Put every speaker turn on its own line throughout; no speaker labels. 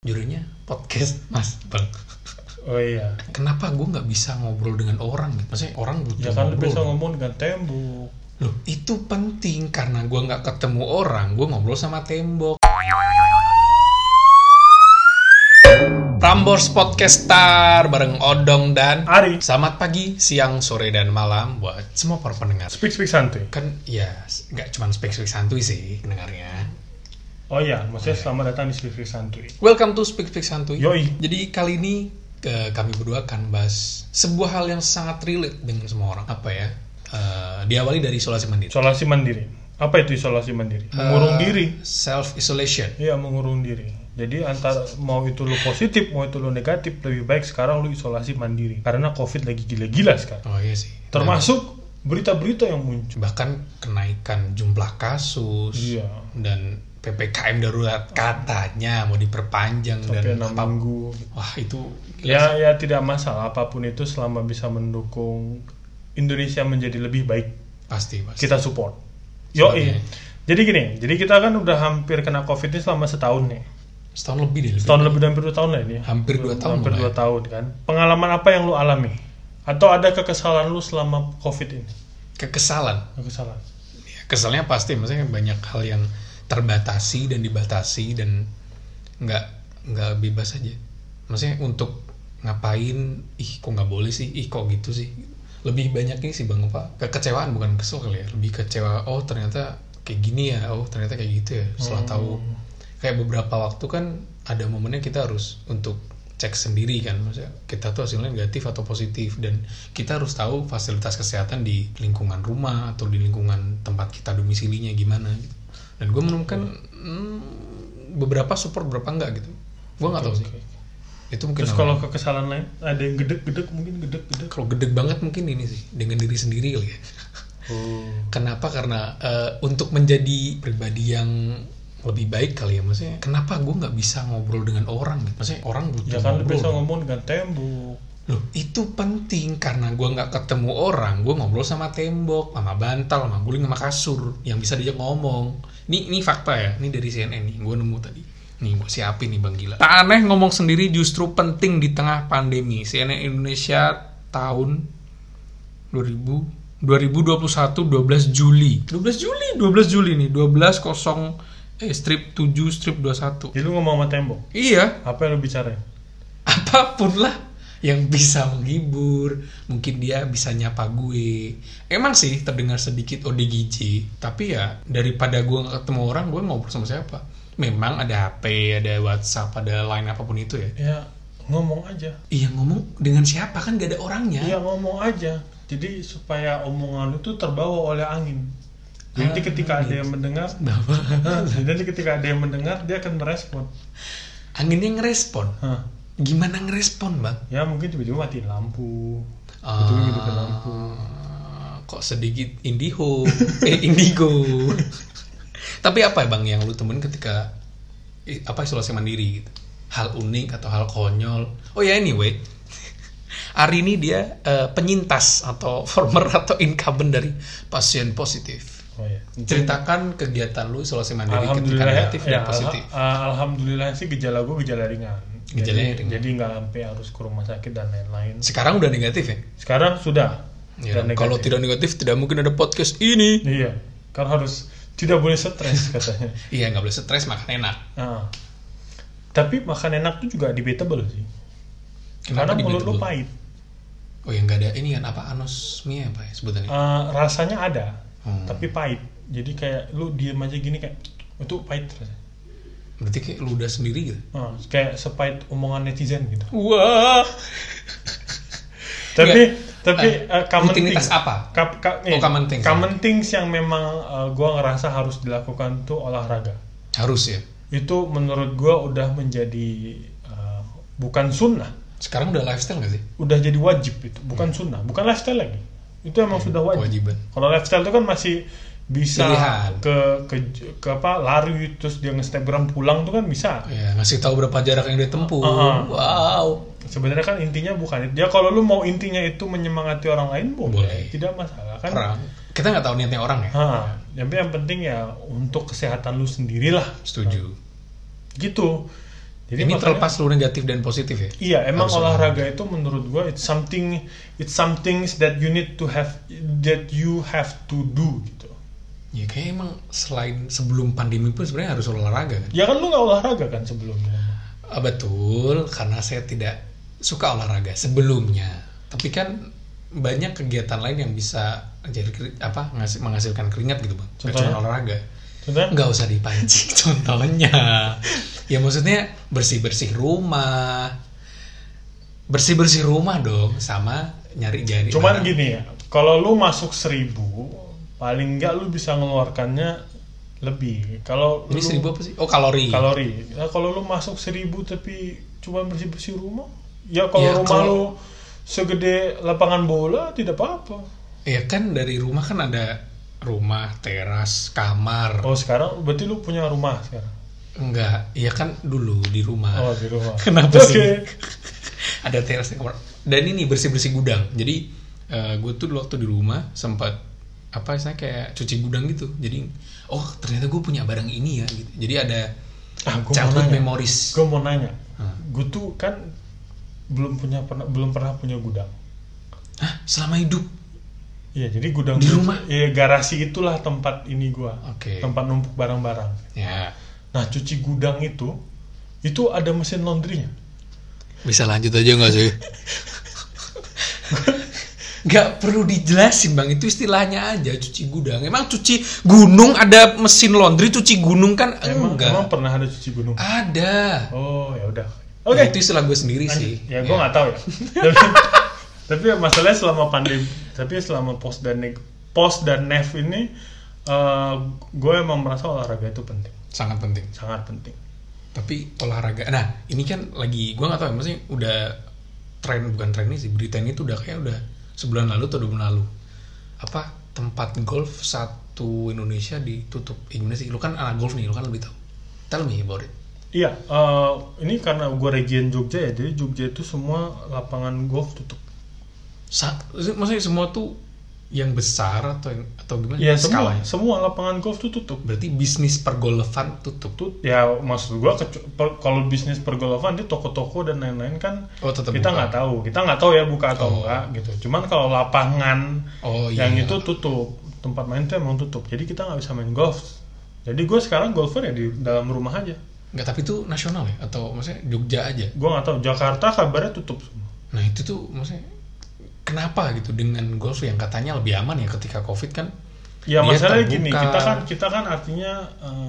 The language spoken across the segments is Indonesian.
judulnya podcast Mas Bang.
Oh iya.
Kenapa gue nggak bisa ngobrol dengan orang gitu? Maksudnya orang butuh
Ya kan
ngobrol.
bisa ngomong dengan tembok.
Loh, itu penting karena gue nggak ketemu orang, gue ngobrol sama tembok. Prambors Podcast Star bareng Odong dan
Ari.
Selamat pagi, siang, sore, dan malam buat semua para pendengar.
Speak santuy.
Kan ya nggak cuma speak santuy sih pendengarnya.
Oh iya, maksudnya selamat datang di Speak santuy.
Welcome to Speak santuy.
Yoi.
Jadi kali ini kami berdua akan bahas sebuah hal yang sangat relate dengan semua orang. Apa ya? Diawali dari isolasi mandiri.
Isolasi mandiri. Apa itu isolasi mandiri? Mengurung diri.
Self isolation.
Iya, mengurung diri. Jadi antara mau itu lu positif, mau itu lu negatif, lebih baik sekarang lu isolasi mandiri. Karena COVID lagi gila-gila sekarang.
Oh iya sih.
Termasuk berita-berita yang muncul.
Bahkan kenaikan jumlah kasus.
Iya.
Dan PPKM darurat katanya mau diperpanjang
Sampai
dan
6 minggu.
Wah, itu
Ya tidak masalah, apapun itu selama bisa mendukung Indonesia menjadi lebih baik,
pasti.
kita support.
Sebagai-
Yoi. Jadi gini, jadi kita kan udah hampir kena COVID ini selama setahun nih.
setahun lebih deh.
Setahun lebih dan hampir 2 tahun lah ini.
Hampir 2 tahun
Hampir
mulai.
2 tahun kan. Pengalaman apa yang lu alami? Atau ada kekesalan lu selama COVID ini?
Kekesalan.
Kekesalan.
Ya, kesalnya pasti, maksudnya banyak hal yang terbatasi dan dibatasi dan nggak bebas aja. Maksudnya untuk ngapain, kok nggak boleh sih, kok gitu sih. Lebih banyak ini sih Bang Pak, kekecewaan, bukan kesel kali ya, lebih kecewa. Oh ternyata kayak gini ya, oh ternyata kayak gitu ya. Setelah tahu kayak beberapa waktu kan ada momennya kita harus untuk cek sendiri kan, maksudnya kita tuh hasilnya negatif atau positif, dan kita harus tahu fasilitas kesehatan di lingkungan rumah atau di lingkungan tempat kita domisilinya gimana gitu. Dan gue menemukan beberapa support, beberapa enggak gitu. Gue nggak tahu sih. Itu mungkin.
Terus kalau kekesalan lain, ada yang gedek-gedek mungkin gedek-gedek.
Kalau gedek banget mungkin ini sih dengan diri sendiri kali ya. Kenapa? Karena untuk menjadi pribadi yang lebih baik kali ya, maksudnya kenapa gue nggak bisa ngobrol dengan orang gitu, maksudnya orang butuh
Ya kan
ngobrol.
bisa ngomong dengan tembok.
Loh, itu penting karena gue nggak ketemu orang, gue ngobrol sama tembok, sama bantal, sama guling, sama kasur yang bisa diajak ngomong. Ini fakta ya, ini dari CNN nih, gue nemu tadi. Nih gue siapin nih Bang Gila. Tak aneh ngomong sendiri justru penting di tengah pandemi. CNN Indonesia tahun 2021 12 Juli nih 12/0 /7/21.
Jadi lu ngomong sama tembok.
Iya,
Apa yang lu bicarain?
apapun lah yang bisa menghibur. Mungkin dia bisa nyapa gue. Emang sih terdengar sedikit ODGJ, tapi ya daripada gue gak ketemu orang, gue ngobrol sama siapa. Memang ada HP, ada WhatsApp, ada Line, apapun itu ya.
Ya ngomong aja.
Iya, ngomong dengan siapa kan gak ada orangnya.
Iya ngomong aja. Jadi supaya omongan lu tuh terbawa oleh angin. Nanti ketika ada yang mendengar, dia akan merespon.
Anginnya ngerespon. Gimana ngerespon Bang?
Ya mungkin tiba-tiba matiin lampu, tiba-tiba hidupin lampu.
Kok sedikit indigo. Tapi apa ya Bang yang lu temuin ketika isolasi mandiri gitu? Hal unik atau hal konyol? Oh ya, anyway, Ari ini dia penyintas atau former atau incumbent dari pasien positif.
Oh ya.
Ceritakan kegiatan lu isolasi mandiri ketika negatif dan positif.
Alhamdulillah sih gejala gue gejala ringan.
Gejalanya ringan.
Jadi nggak sampai harus ke rumah sakit dan lain-lain.
Sekarang udah negatif ya?
Sekarang sudah.
Ya,
Dan
kalau tidak negatif tidak mungkin ada podcast ini.
Iya, kan harus tidak boleh stres katanya.
Iya, nggak boleh stres, makan enak.
Nah, tapi makan enak tuh juga debatable sih.
Kenapa
Karena mulut lu
debatable?
pahit.
Oh ya, nggak ada ini kan apa anosmia apa ya sebutannya?
Rasanya ada, tapi pahit. Jadi kayak lu diem aja gini kayak itu pahit rasanya.
Berarti kayak lu udah sendiri gitu?
Kayak sepahit omongan netizen gitu.
Wah.
Tapi common
rutinitas
things
apa? Common things.
Common things yang memang gua ngerasa harus dilakukan tuh olahraga.
Harus ya.
Itu menurut gua udah menjadi bukan sunnah.
Sekarang udah lifestyle nggak sih?
Udah jadi wajib itu, bukan sunnah, bukan lifestyle lagi. Itu emang sudah wajib.
Kewajiban.
Kalau lifestyle itu kan masih bisa
Pilihan.
ke apa lari terus dia nge-snapgram pulang tuh kan bisa.
Ya, ngasih tahu berapa jarak yang dia tempuh. Wow.
Sebenarnya kan intinya bukan itu. Ya kalau lu mau intinya itu menyemangati orang lain boleh. Tidak masalah kan.
Orang. Kita nggak tahu niatnya orang ya.
Tapi yang penting ya untuk kesehatan lu sendirilah.
Setuju.
Gitu. Jadi
ini
makanya,
terlepas lu negatif dan positif ya.
Iya, emang
Harus
olahraga itu menurut gua it's something that you need to have, that you have to do gitu.
Ya kayak emang selain sebelum pandemi pun sebenarnya harus olahraga kan.
Ya kan lu nggak olahraga kan sebelumnya?
Betul, karena saya tidak suka olahraga sebelumnya. Tapi kan banyak kegiatan lain yang bisa jadi menghasilkan keringat gitu bang. Gak cuma olahraga.
Contohnya?
Nggak usah dipancing contohnya. Ya maksudnya bersih rumah dong, sama nyari jari.
Cuman gini ya, kalau lu masuk 1000, paling nggak lu bisa ngeluarkannya lebih. Kalau
ini 1000 apa sih? Oh, kalori.
Nah, kalau lu masuk 1000 tapi cuma bersih rumah, ya kalau rumah lu segede lapangan bola tidak apa-apa.
Ya kan dari rumah kan ada rumah, teras, kamar.
Oh, sekarang berarti lu punya rumah sekarang?
Enggak, ya kan dulu di rumah.
Oh, di rumah.
Kenapa sih? Ada teras, kamar. Dan ini bersih-bersih gudang. Jadi gue tuh waktu di rumah sempat saya kayak cuci gudang gitu. Jadi ternyata gue punya barang ini ya gitu. Jadi ada childhood memories.
Gue mau nanya. Gue tuh kan belum pernah punya gudang.
Hah? Selama hidup?
Iya, jadi gudang
di rumah.
Iya, garasi itulah tempat ini gue.
Okay.
Tempat numpuk barang-barang.
Ya.
Nah, cuci gudang itu ada mesin laundrynya.
Bisa lanjut aja nggak sih? Nggak perlu dijelasin bang, itu istilahnya aja cuci gudang. Emang cuci gunung ada mesin laundry cuci gunung kan? Enggak.
Emang pernah ada cuci gunung?
Ada.
Oh ya udah.
Oke. Ya, itu istilah gue sendiri sih.
Ya gue nggak tahu ya. Tapi masalahnya selama pandemi, selama post dan nef ini, gue emang merasa olahraga itu penting.
Sangat penting. Tapi olahraga, nah ini kan lagi gue nggak tahu, maksudnya udah bukan tren ini sih, berita ini tuh udah sebulan lalu atau 2 bulan lalu, tempat golf satu Indonesia ditutup. Gimana sih, lu kan anak golf nih, lu kan lebih tahu. Tell me about it.
Iya, ini karena gue region Jogja ya, jadi Jogja itu semua lapangan golf tutup.
Maksudnya semua tuh yang besar atau gimana?
Ya semua lapangan golf tuh tutup.
Berarti bisnis pergolfan tutup.
Ya maksud gua kalau bisnis pergolfan di toko-toko dan lain-lain kan kita nggak tahu ya buka atau enggak gitu. Cuman kalau lapangan yang itu tutup, tempat main tuh emang tutup. Jadi kita nggak bisa main golf. Jadi gue sekarang golfer ya di dalam rumah aja.
Nggak, tapi itu nasional ya atau maksudnya Jogja aja?
Gua nggak tahu. Jakarta kabarnya tutup semua.
Nah itu tuh maksudnya kenapa gitu dengan golf yang katanya lebih aman ya ketika COVID kan?
Ya masalahnya gini, kita kan artinya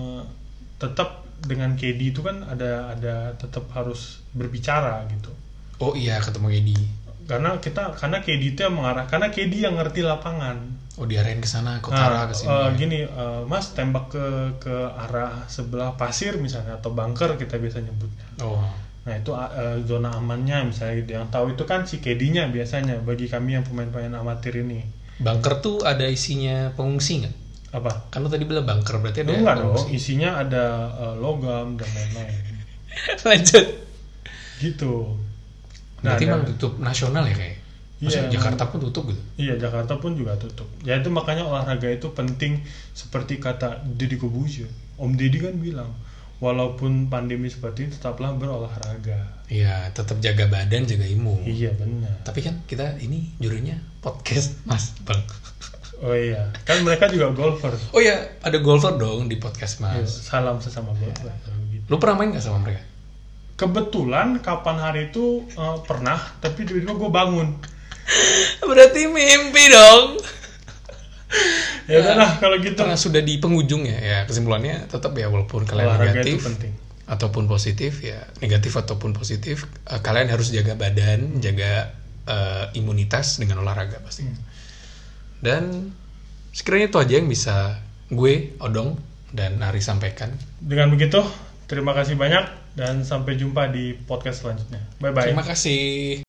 tetap dengan KD itu kan ada tetap harus berbicara gitu.
Oh iya, ketemu KD.
Karena KD itu yang mengarah, karena KD yang ngerti lapangan.
Oh, diarahin ke sana, ke utara, ke sini.
Gini, Mas tembak ke arah sebelah pasir misalnya atau bunker kita biasa nyebutnya.
Oh.
Nah itu zona amannya misalnya yang tahu itu kan si KD-nya biasanya bagi kami yang pemain-pemain amatir ini.
Bunker tuh ada isinya pengungsi nggak?
Apa?
Kan lo tadi bilang bunker berarti ada
enggak dong, isinya ada logam dan lain-lain.
Lanjut.
Gitu.
Berarti emang tutup nasional ya kayak? Maksudnya Jakarta pun tutup gitu?
Iya, Jakarta pun juga tutup. Ya itu makanya olahraga itu penting seperti kata Deddy Corbuzier. Om Deddy kan bilang, walaupun pandemi seperti ini tetaplah berolahraga.
Iya, tetap jaga badan, jaga imun.
Iya benar.
Tapi kan kita ini judulnya podcast Mas Bang.
Oh iya, kan mereka juga golfer.
Oh iya, ada golfer dong di podcast Mas.
Salam sesama golfer.
Lu pernah main nggak sama mereka?
Kebetulan kapan hari itu pernah, tapi tiba-tiba gue bangun.
Berarti mimpi dong.
Ya udahlah kalau gitu.
Karena sudah di penghujung ya kesimpulannya tetap ya walaupun kalian
olahraga
negatif
itu penting.
Ataupun positif ya, negatif ataupun positif, kalian harus jaga badan, jaga imunitas dengan olahraga pasti. Dan sekiranya itu aja yang bisa gue, Odong, dan Ari sampaikan.
Dengan begitu, terima kasih banyak dan sampai jumpa di podcast selanjutnya. Bye bye.
Terima kasih.